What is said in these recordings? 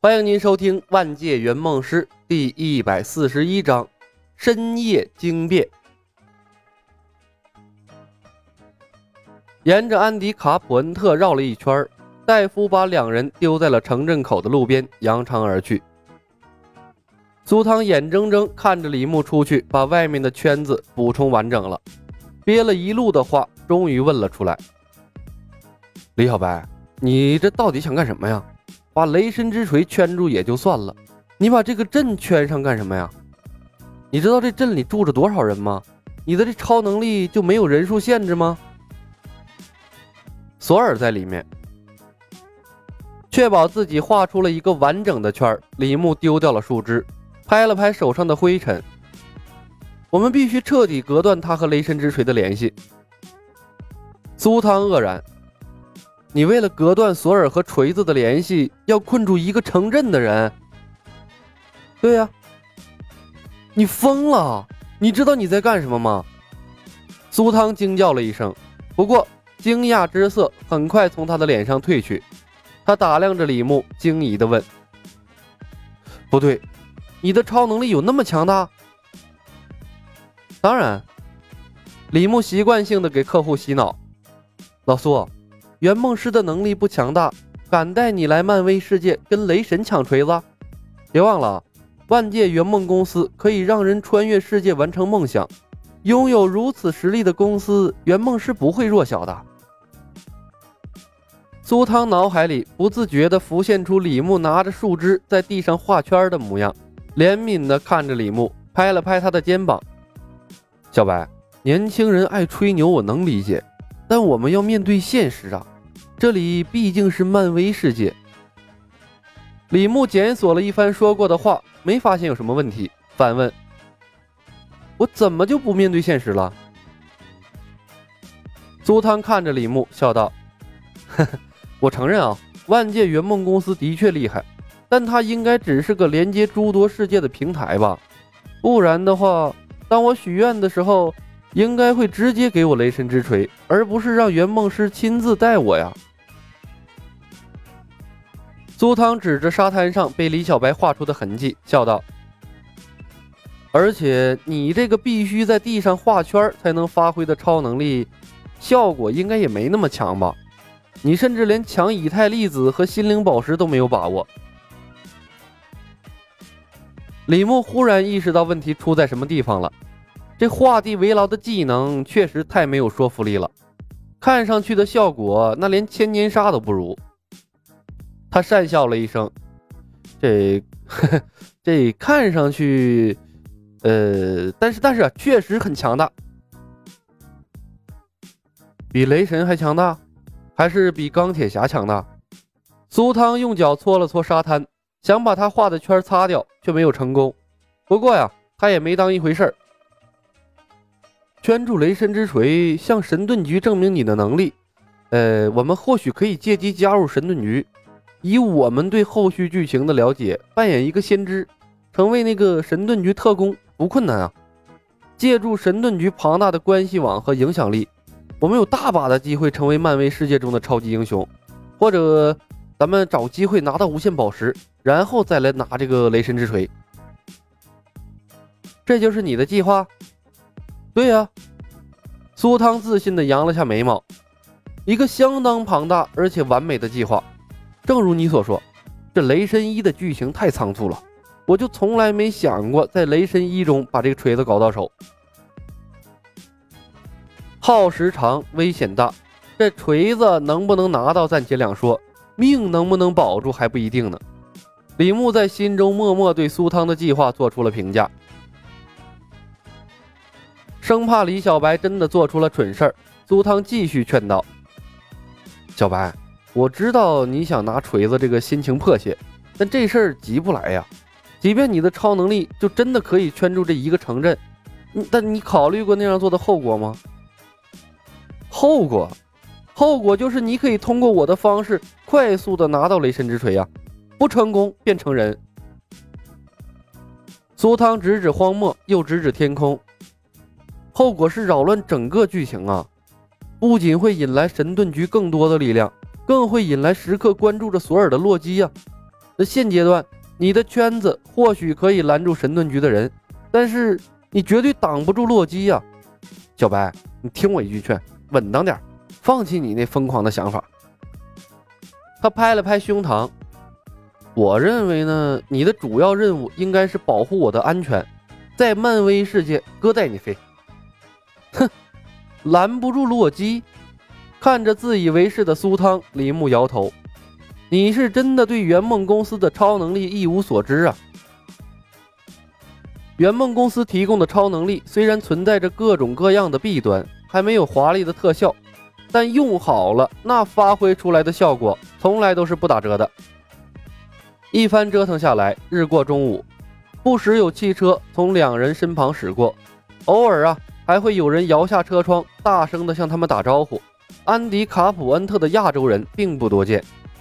欢迎您收听《万界圆梦师》第141章深夜惊变。沿着安迪卡普恩特绕了一圈，戴夫把两人丢在了城镇口的路边，扬长而去。苏汤眼睁睁看着李牧出去，把外面的圈子补充完整了，憋了一路的话，终于问了出来：“李小白，你这到底想干什么呀？把雷神之锤圈住也就算了，你把这个阵圈上干什么呀？你知道这阵里住着多少人吗？你的这超能力就没有人数限制吗？”索尔在里面，确保自己画出了一个完整的圈，李牧丢掉了树枝，拍了拍手上的灰尘。我们必须彻底隔断他和雷神之锤的联系。苏汤愕然，你为了隔断索尔和锤子的联系，要困住一个城镇的人？对呀，你疯了！你知道你在干什么吗？苏汤惊叫了一声，不过惊讶之色很快从他的脸上褪去。他打量着李牧，惊疑地问：“不对，你的超能力有那么强大？”当然，李牧习惯性地给客户洗脑：“老苏，圆梦师的能力不强大，敢带你来漫威世界跟雷神抢锤子？别忘了，万界圆梦公司可以让人穿越世界完成梦想，拥有如此实力的公司，圆梦师不会弱小的。”苏汤脑海里不自觉地浮现出李牧拿着树枝在地上画圈的模样，怜悯地看着李牧，拍了拍他的肩膀：“小白，年轻人爱吹牛我能理解，但我们要面对现实啊，这里毕竟是漫威世界。”李牧检索了一番说过的话，没发现有什么问题，反问：“我怎么就不面对现实了？”苏汤看着李牧笑道：“呵呵，我承认啊，万界圆梦公司的确厉害，但它应该只是个连接诸多世界的平台吧？不然的话，当我许愿的时候，应该会直接给我雷神之锤，而不是让圆梦师亲自带我呀。”苏汤指着沙滩上被李小白画出的痕迹，笑道：“而且你这个必须在地上画圈才能发挥的超能力，效果应该也没那么强吧？你甚至连抢以太粒子和心灵宝石都没有把握。”李牧忽然意识到问题出在什么地方了，这画地为牢的技能确实太没有说服力了，看上去的效果那连千年杀都不如。他讪笑了一声：“这看上去，但是啊，确实很强大。比雷神还强大，还是比钢铁侠强大？”苏汤用脚搓了搓沙滩，想把他画的圈擦掉，却没有成功。不过呀，他也没当一回事儿。圈住雷神之锤，向神盾局证明你的能力。我们或许可以借机加入神盾局。以我们对后续剧情的了解，扮演一个先知，成为那个神盾局特工不困难啊。借助神盾局庞大的关系网和影响力，我们有大把的机会成为漫威世界中的超级英雄。或者咱们找机会拿到无限宝石，然后再来拿这个雷神之锤。这就是你的计划？对呀。苏汤自信地扬了下眉毛，一个相当庞大而且完美的计划。正如你所说，这雷神1的剧情太仓促了，我就从来没想过在雷神1中把这个锤子搞到手。耗时长，危险大，这锤子能不能拿到暂且两说，命能不能保住还不一定呢。李牧在心中默默对苏汤的计划做出了评价，生怕李小白真的做出了蠢事儿。苏汤继续劝道：“小白，我知道你想拿锤子这个心情迫切，但这事儿急不来呀。即便你的超能力就真的可以圈住这一个城镇，但你考虑过那样做的后果吗？”后果就是你可以通过我的方式快速的拿到雷神之锤呀，不成功便成人。苏汤指指荒漠，又指指天空，后果是扰乱整个剧情啊，不仅会引来神盾局更多的力量，更会引来时刻关注着索尔的洛基呀。 那现阶段你的圈子或许可以拦住神盾局的人，但是你绝对挡不住洛基呀。小白，你听我一句劝，稳当点，放弃你那疯狂的想法。他拍了拍胸膛，我认为呢，你的主要任务应该是保护我的安全，在漫威世界哥带你飞。哼，拦不住洛基。看着自以为是的苏汤，李牧摇头，你是真的对圆梦公司的超能力一无所知啊。圆梦公司提供的超能力虽然存在着各种各样的弊端，还没有华丽的特效，但用好了，那发挥出来的效果从来都是不打折的。一番折腾下来，日过中午，不时有汽车从两人身旁驶过，偶尔啊还会有人摇下车窗，大声地向他们打招呼。安迪卡普恩特的亚洲人并不多见。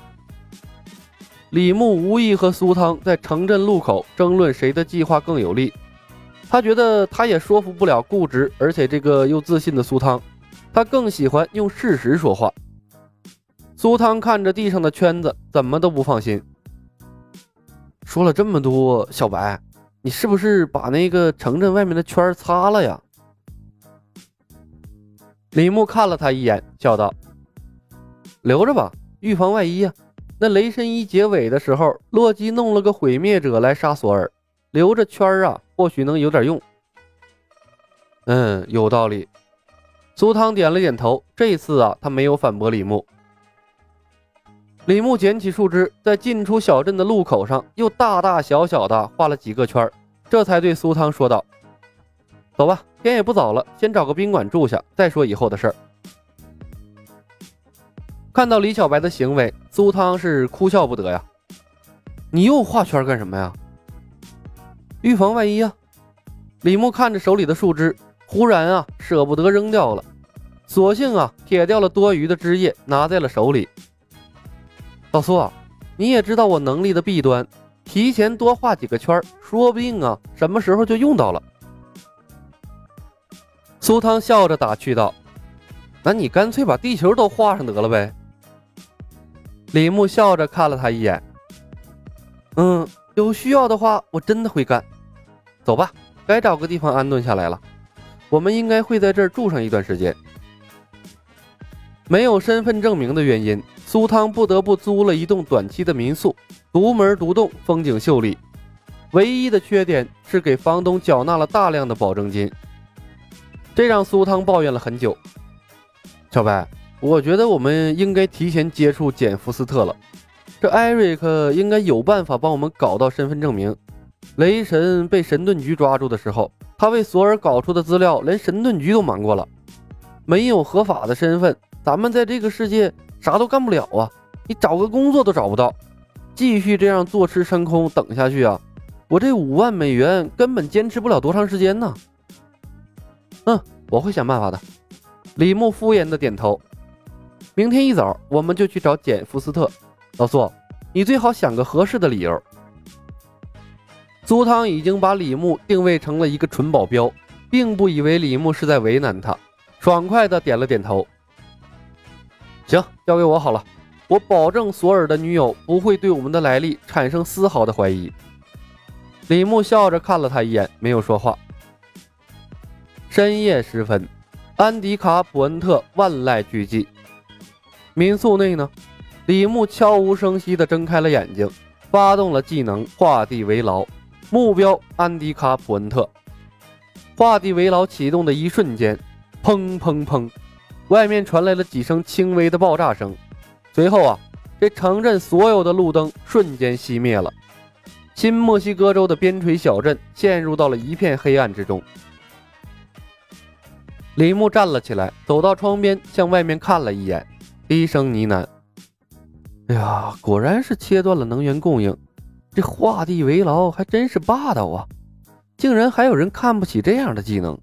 李牧无意和苏汤在城镇路口争论谁的计划更有利，他觉得他也说服不了固执而且这个又自信的苏汤，他更喜欢用事实说话。苏汤看着地上的圈子，怎么都不放心。说了这么多，小白，你是不是把那个城镇外面的圈擦了呀？李牧看了他一眼，笑道：留着吧，预防万一啊。那雷神一结尾的时候，洛基弄了个毁灭者来杀索尔，留着圈啊，或许能有点用。有道理。苏汤点了点头，这次啊，他没有反驳李牧。李牧捡起树枝，在进出小镇的路口上又大大小小的画了几个圈，这才对苏汤说道：走吧，天也不早了，先找个宾馆住下，再说以后的事儿。看到李小白的行为，苏汤是哭笑不得呀。你又画圈干什么呀？预防万一啊。李牧看着手里的树枝，忽然啊舍不得扔掉了，索性啊撇掉了多余的枝叶，拿在了手里。老苏啊，你也知道我能力的弊端，提前多画几个圈，说不定啊什么时候就用到了。苏汤笑着打趣道：那你干脆把地球都画上得了呗。李牧笑着看了他一眼，有需要的话我真的会干。走吧，该找个地方安顿下来了，我们应该会在这儿住上一段时间。没有身份证明的原因，苏汤不得不租了一栋短期的民宿，独门独栋，风景秀丽。唯一的缺点是给房东缴纳了大量的保证金，这让苏汤抱怨了很久。小白，我觉得我们应该提前接触简·福斯特了，这艾瑞克应该有办法帮我们搞到身份证明。雷神被神盾局抓住的时候，他为索尔搞出的资料连神盾局都瞒过了。没有合法的身份，咱们在这个世界啥都干不了啊，你找个工作都找不到。继续这样坐吃山空等下去啊，我这5万美元根本坚持不了多长时间呢。我会想办法的。李牧敷衍的点头。明天一早我们就去找简·福斯特。老苏，你最好想个合适的理由。苏汤已经把李牧定位成了一个纯保镖，并不以为李牧是在为难他，爽快的点了点头。行，交给我好了，我保证索尔的女友不会对我们的来历产生丝毫的怀疑。李牧笑着看了他一眼，没有说话。深夜时分，安迪卡普恩特万籁俱寂。民宿内呢，李牧悄无声息地睁开了眼睛，发动了技能画地为牢，目标安迪卡普恩特。画地为牢启动的一瞬间，砰砰砰，外面传来了几声轻微的爆炸声。随后啊，这城镇所有的路灯瞬间熄灭了，新墨西哥州的边陲小镇陷入到了一片黑暗之中。李牧站了起来，走到窗边，向外面看了一眼，低声呢喃：哎呀，果然是切断了能源供应，这画地为牢还真是霸道啊，竟然还有人看不起这样的技能。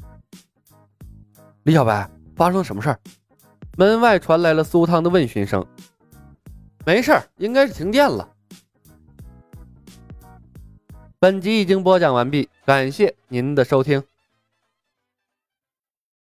李小白，发生了什么事儿？门外传来了苏汤的问询声。没事儿，应该是停电了。本集已经播讲完毕，感谢您的收听。